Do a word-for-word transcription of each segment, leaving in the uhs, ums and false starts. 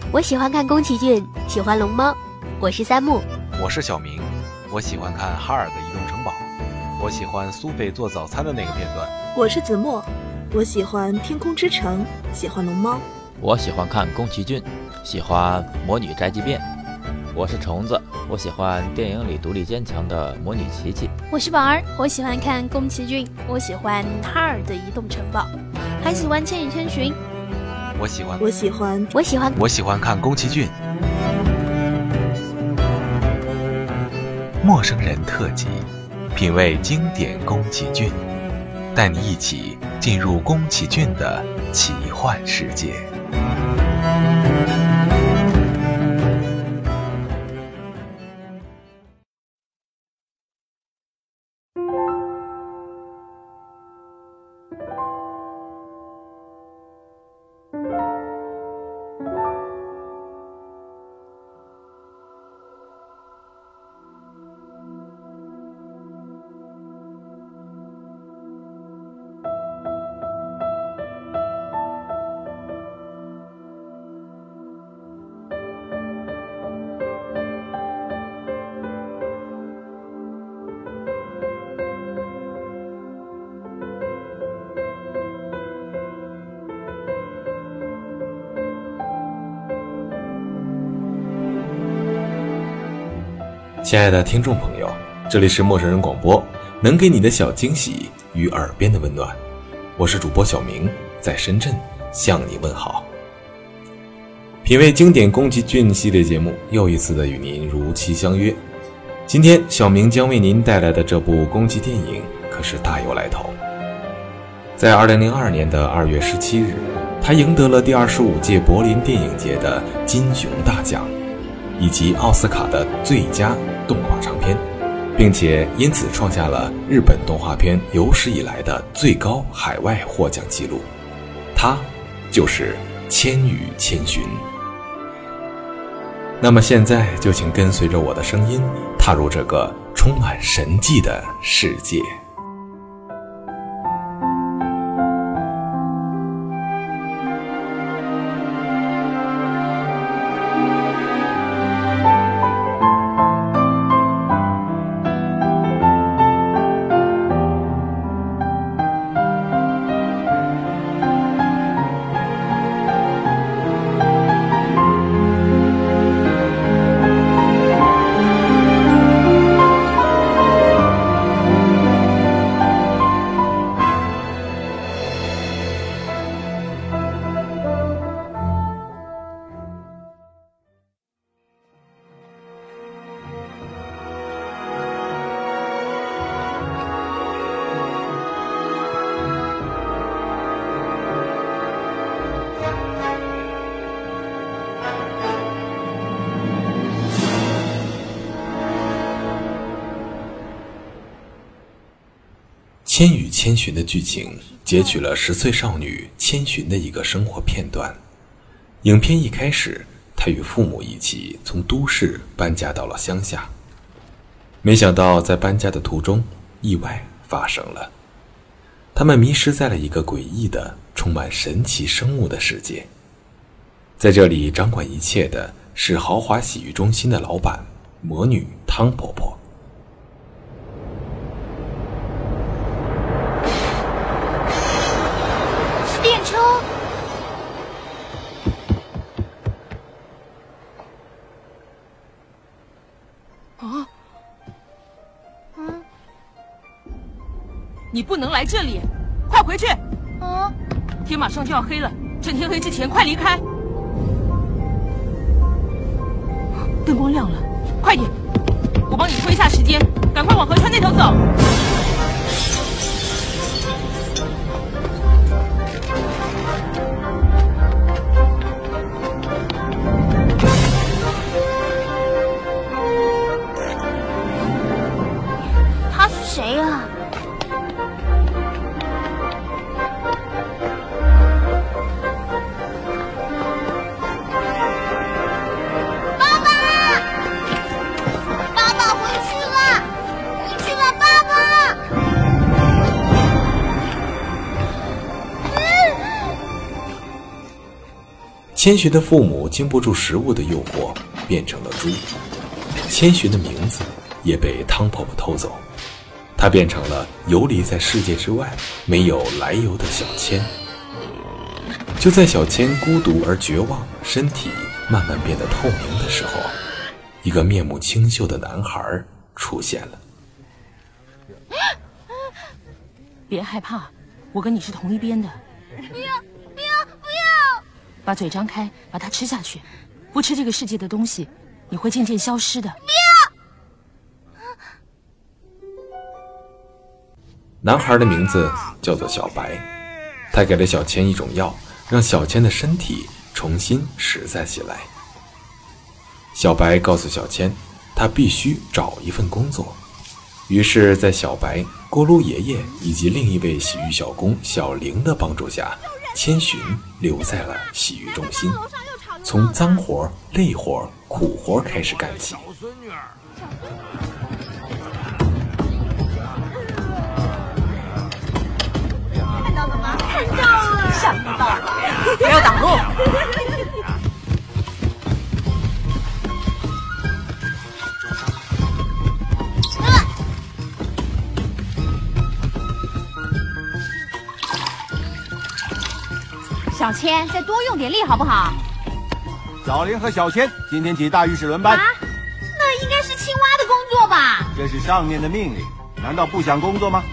我喜欢看宫崎骏，喜欢龙猫。我是三木。 我是小明，我喜欢看哈尔的移动城堡。我喜欢苏菲做早餐的那个片段。 我是子墨，我喜欢天空之城，喜欢龙猫。 我喜欢看宫崎骏，喜欢魔女宅急便。我是虫子，我喜欢电影里独立坚强的魔女琪琪。 我是宝儿，我喜欢看宫崎骏，我喜欢哈尔的移动城堡，还喜欢千与千寻。 我喜欢， 我喜欢， 我喜欢， 我喜欢看宫崎骏。陌生人特辑，品味经典宫崎骏，带你一起进入宫崎骏的奇幻世界。 亲爱的听众朋友，这里是陌生人广播，能给你的小惊喜与耳边的温暖。我是主播小明，在深圳向你问好。品味经典宫崎骏系列节目又一次的与您如期相约。今天小明将为您带来的这部宫崎电影可是大有来头。在二零零二年的二月十七日，他赢得了第二十五届柏林电影节的金熊大奖，以及奥斯卡的最佳动画长片，并且因此创下了日本动画片有史以来的最高海外获奖记录。它就是《千与千寻》。那么现在就请跟随着我的声音，踏入这个充满神迹的世界。《千与千寻》的剧情截取了十岁少女千寻的一个生活片段。影片一开始，她与父母一起从都市搬家到了乡下，没想到在搬家的途中，意外发生了。他们迷失在了一个诡异的、充满神奇生物的世界。在这里掌管一切的是豪华洗浴中心的老板魔女汤婆婆。 电车！ 啊！嗯，你不能来这里，快回去！ 啊！ 天马上就要黑了，趁天黑之前快离开。灯光亮了，快点！我帮你拖一下时间，赶快往河川那头走。 谁啊？ 爸爸，爸爸回去了，回去了，爸爸。 千寻的父母经不住食物的诱惑，变成了猪。千寻的名字也被汤婆婆偷走，她变成了游离在世界之外、没有来由的小千。就在小千孤独而绝望，身体慢慢变得透明的时候，一个面目清秀的男孩出现了。 别害怕，我跟你是同一边的。 不要不要不要！ 把嘴张开，把它吃下去。不吃这个世界的东西，你会渐渐消失的。 不要！ 男孩的名字叫做小白，他给了小千一种药，让小千的身体重新实在起来。小白告诉小千，他必须找一份工作。于是在小白、锅炉爷爷以及另一位洗浴小工小玲的帮助下，千寻留在了洗浴中心，从脏活、累活、苦活开始干起。 看到了吗？看到了，想不到吧？ 不要挡路！ 小千，再多用点力好不好？ 小玲和小千今天起大浴室轮班。 啊，那应该是青蛙的工作吧？ 这是上面的命令，难道不想工作吗？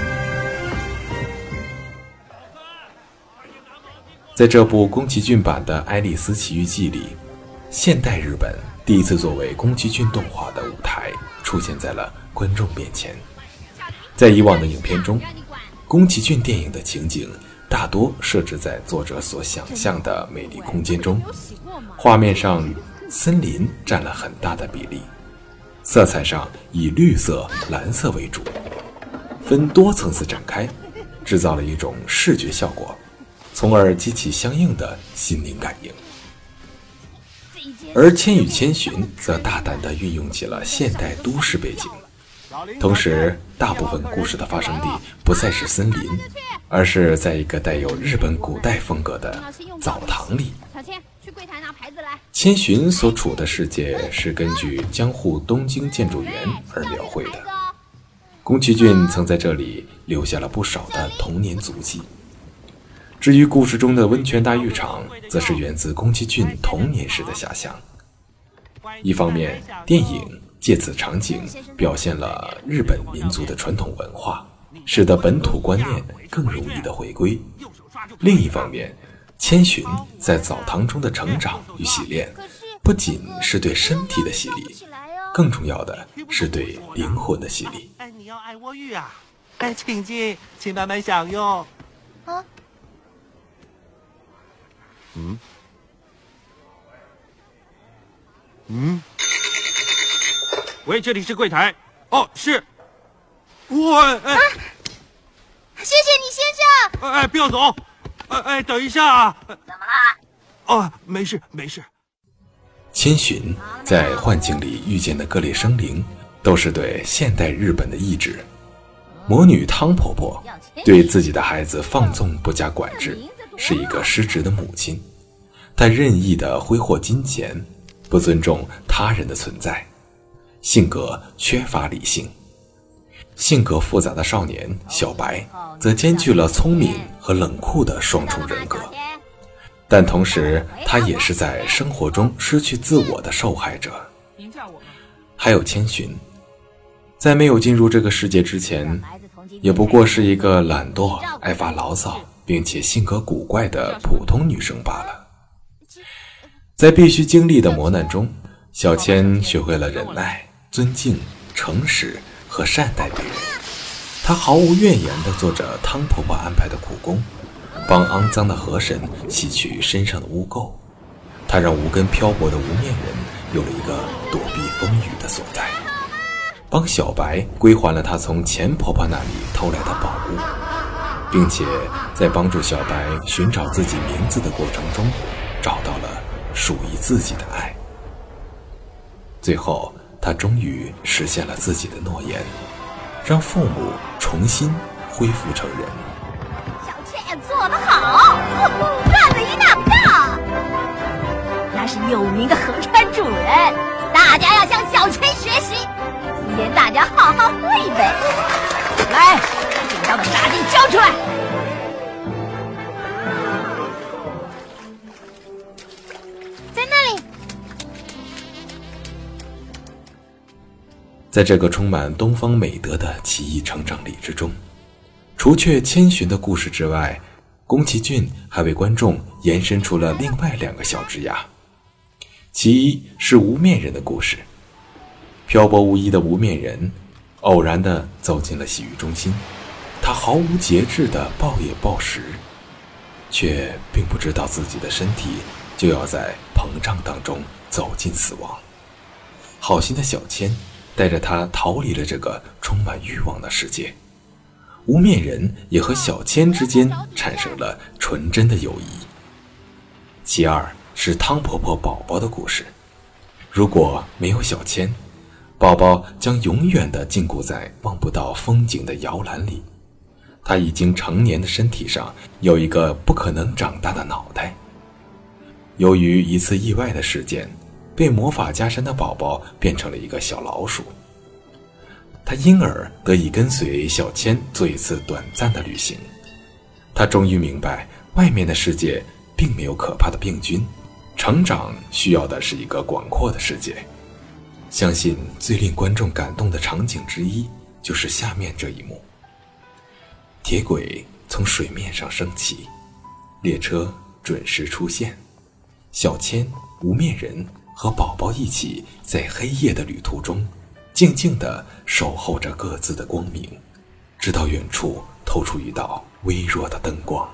在这部宫崎骏版的《爱丽丝奇遇记》里，现代日本第一次作为宫崎骏动画的舞台出现在了观众面前。在以往的影片中，宫崎骏电影的情景大多设置在作者所想象的美丽空间中，画面上森林占了很大的比例，色彩上以绿色、蓝色为主，分多层次展开，制造了一种视觉效果，从而激起相应的心灵感应。而《千与千寻》则大胆地运用起了现代都市背景，同时大部分故事的发生地不再是森林，而是在一个带有日本古代风格的澡堂里。 小千，去柜台拿牌子来。 千寻所处的世界是根据江户东京建筑园而描绘的，宫崎骏曾在这里留下了不少的童年足迹。至于故事中的温泉大浴场，则是源自宫崎骏童年时的遐想。一方面，电影借此场景表现了日本民族的传统文化，使得本土观念更容易的回归。另一方面，千寻在澡堂中的成长与洗练，不仅是对身体的洗礼，更重要的是对灵魂的洗礼。 哎，你要爱窝浴啊？哎，请进，请慢慢享用。 啊？ 嗯？嗯？ 喂，这里是柜台。哦，是。我哎、啊， 谢谢你，先生。 哎哎，不要走。哎哎，等一下啊。怎么了？哦，没事没事。 千寻在幻境里遇见的各类生灵，都是对现代日本的意志。魔女汤婆婆对自己的孩子放纵不加管制，是一个失职的母亲。她任意地挥霍金钱，不尊重他人的存在，性格缺乏理性。性格复杂的少年小白则兼具了聪明和冷酷的双重人格，但同时他也是在生活中失去自我的受害者。还有千寻，在没有进入这个世界之前，也不过是一个懒惰、爱发牢骚并且性格古怪的普通女生罢了。在必须经历的磨难中，小千学会了忍耐、尊敬、诚实和善待别人。她毫无怨言地做着汤婆婆安排的苦工，帮肮脏的河神洗去身上的污垢。她让无根漂泊的无面人有了一个躲避风雨的所在，帮小白归还了她从钱婆婆那里偷来的宝物，并且在帮助小白寻找自己名字的过程中，找到了属于自己的爱。最后他终于实现了自己的诺言，让父母重新恢复成人。 小倩做得好，赚了一大票。 大家要向小千学习。今天大家好好喝一杯。来，紧张的沙丁交出来。 在那里。 在这个充满东方美德的奇异成长礼之中，除却千寻的故事之外，宫崎骏还为观众延伸出了另外两个小枝桠。其一是无面人的故事。漂泊无依的无面人偶然地走进了洗浴中心，他毫无节制地暴饮暴食，却并不知道自己的身体就要在膨胀当中走进死亡。好心的小千带着他逃离了这个充满欲望的世界，无面人也和小千之间产生了纯真的友谊。其二是汤婆婆宝宝的故事。如果没有小千，宝宝将永远地禁锢在望不到风景的摇篮里。他已经成年的身体上有一个不可能长大的脑袋。由于一次意外的事件，被魔法加身的宝宝变成了一个小老鼠。他因而得以跟随小千做一次短暂的旅行。他终于明白，外面的世界并没有可怕的病菌，成长需要的是一个广阔的世界。相信最令观众感动的场景之一，就是下面这一幕。铁轨从水面上升起，列车准时出现，小千、无面人和宝宝一起在黑夜的旅途中静静地守候着各自的光明，直到远处透出一道微弱的灯光。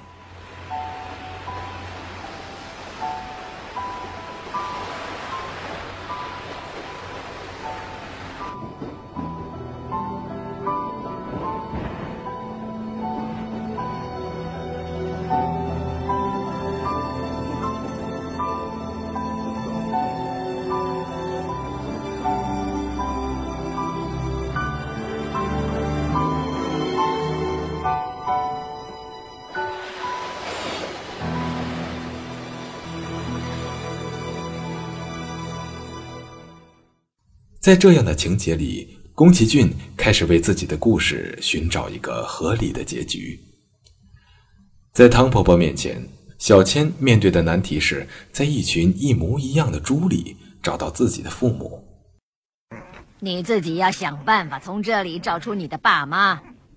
在这样的情节里，宫崎骏开始为自己的故事寻找一个合理的结局。在汤婆婆面前，小千面对的难题是在一群一模一样的猪里找到自己的父母。 你自己要想办法从这里找出你的爸妈。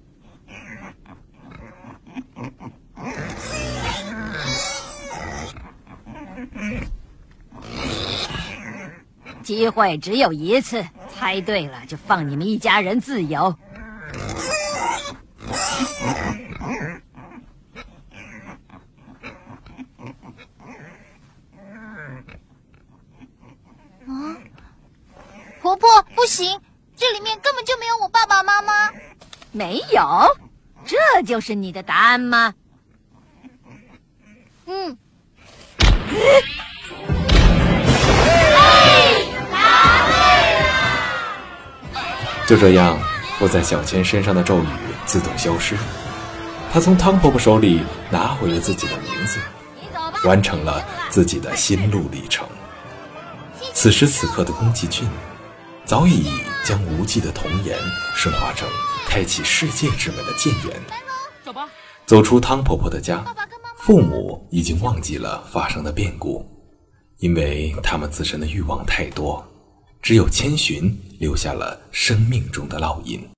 机会只有一次，猜对了就放你们一家人自由。 啊，婆婆，不行，这里面根本就没有我爸爸妈妈。 没有？这就是你的答案吗？ 嗯。 就这样，附在小千身上的咒语自动消失，他从汤婆婆手里拿回了自己的名字，完成了自己的心路历程。此时此刻的宫崎骏早已将无际的童言升华成开启世界之门的谏言。 走吧。 走出汤婆婆的家，父母已经忘记了发生的变故，因为他们自身的欲望太多，只有千寻留下了生命中的烙印。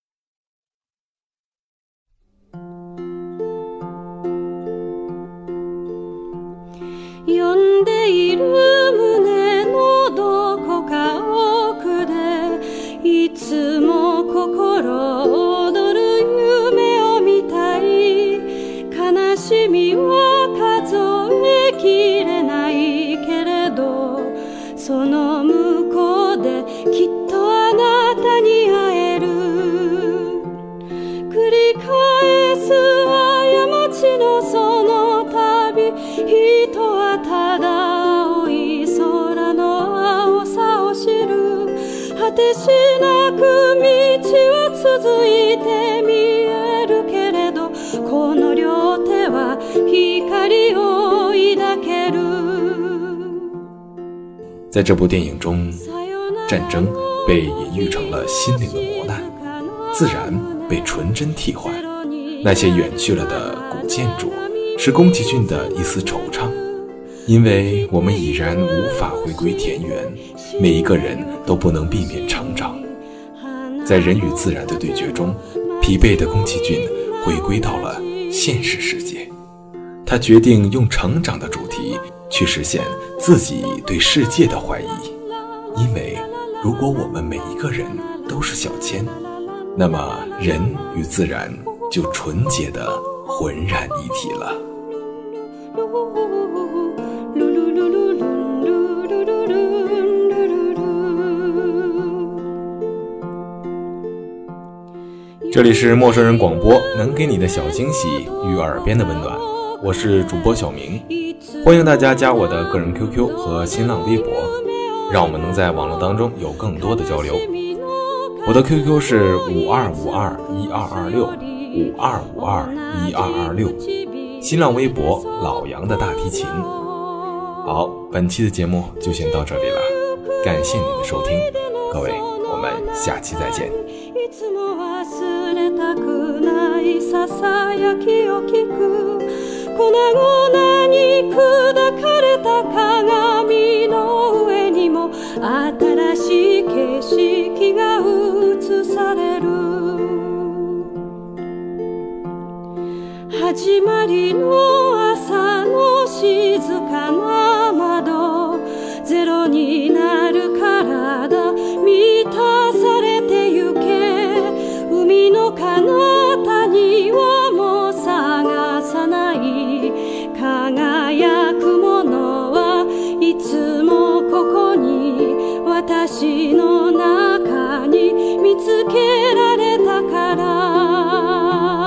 呼んでいる胸のどこか奥でいつも心躍る夢を見たい。悲しみは数えきれないけれど、その向こうできっとあなたに会える。繰り返す過ちのその旅、人はただ青い空の青さを知る。果てしなく道は続いて見えるけれど、この両手は光を抱ける。 在这部电影中，战争被隐喻成了心灵的磨难，自然被纯真替换。那些远去了的古建筑是宫崎骏的一丝惆怅，因为我们已然无法回归田园，每一个人都不能避免成长。在人与自然的对决中，疲惫的宫崎骏回归到了现实世界。他决定用成长的主题去实现自己对世界的怀疑，因为如果我们每一个人都是小千，那么人与自然就纯洁的浑然一体了。 这里是陌生人广播，能给你的小惊喜与耳边的温暖，我是主播小明，欢迎大家加我的个人 Q Q 和新浪微博，让我们能在网络当中有更多的交流。我的 Q Q 是五二五二一二二六五二五二一二二六，新浪微博老杨的大提琴。好，本期的节目就先到这里了，感谢您的收听，各位，我们下期再见。ささやきを聞く粉々に砕かれた鏡の上にも新しい景色が映される始まりの朝の静かな窓ゼロになる体満たされてゆけ海の彼方にはもう探さない輝くものはいつもここに私の中に見つけられたから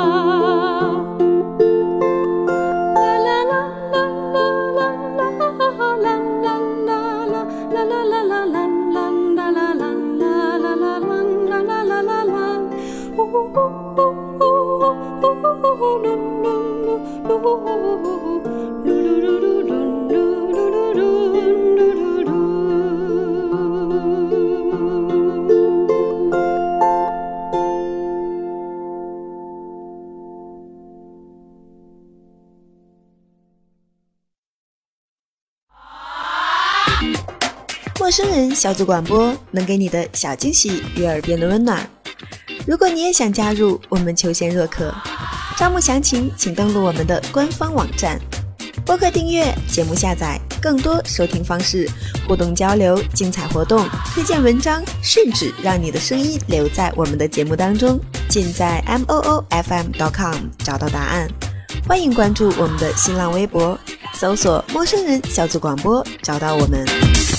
陌生人小组广播，能给你的小惊喜与耳边的温暖。如果你也想加入，我们求贤若渴，招募详情请登录我们的官方网站。播客订阅、节目下载、更多收听方式、互动交流、精彩活动、推荐文章，甚至让你的声音留在我们的节目当中，尽在 m o o f m dot com 找到答案。欢迎关注我们的新浪微博，搜索陌生人小组广播，找到我们。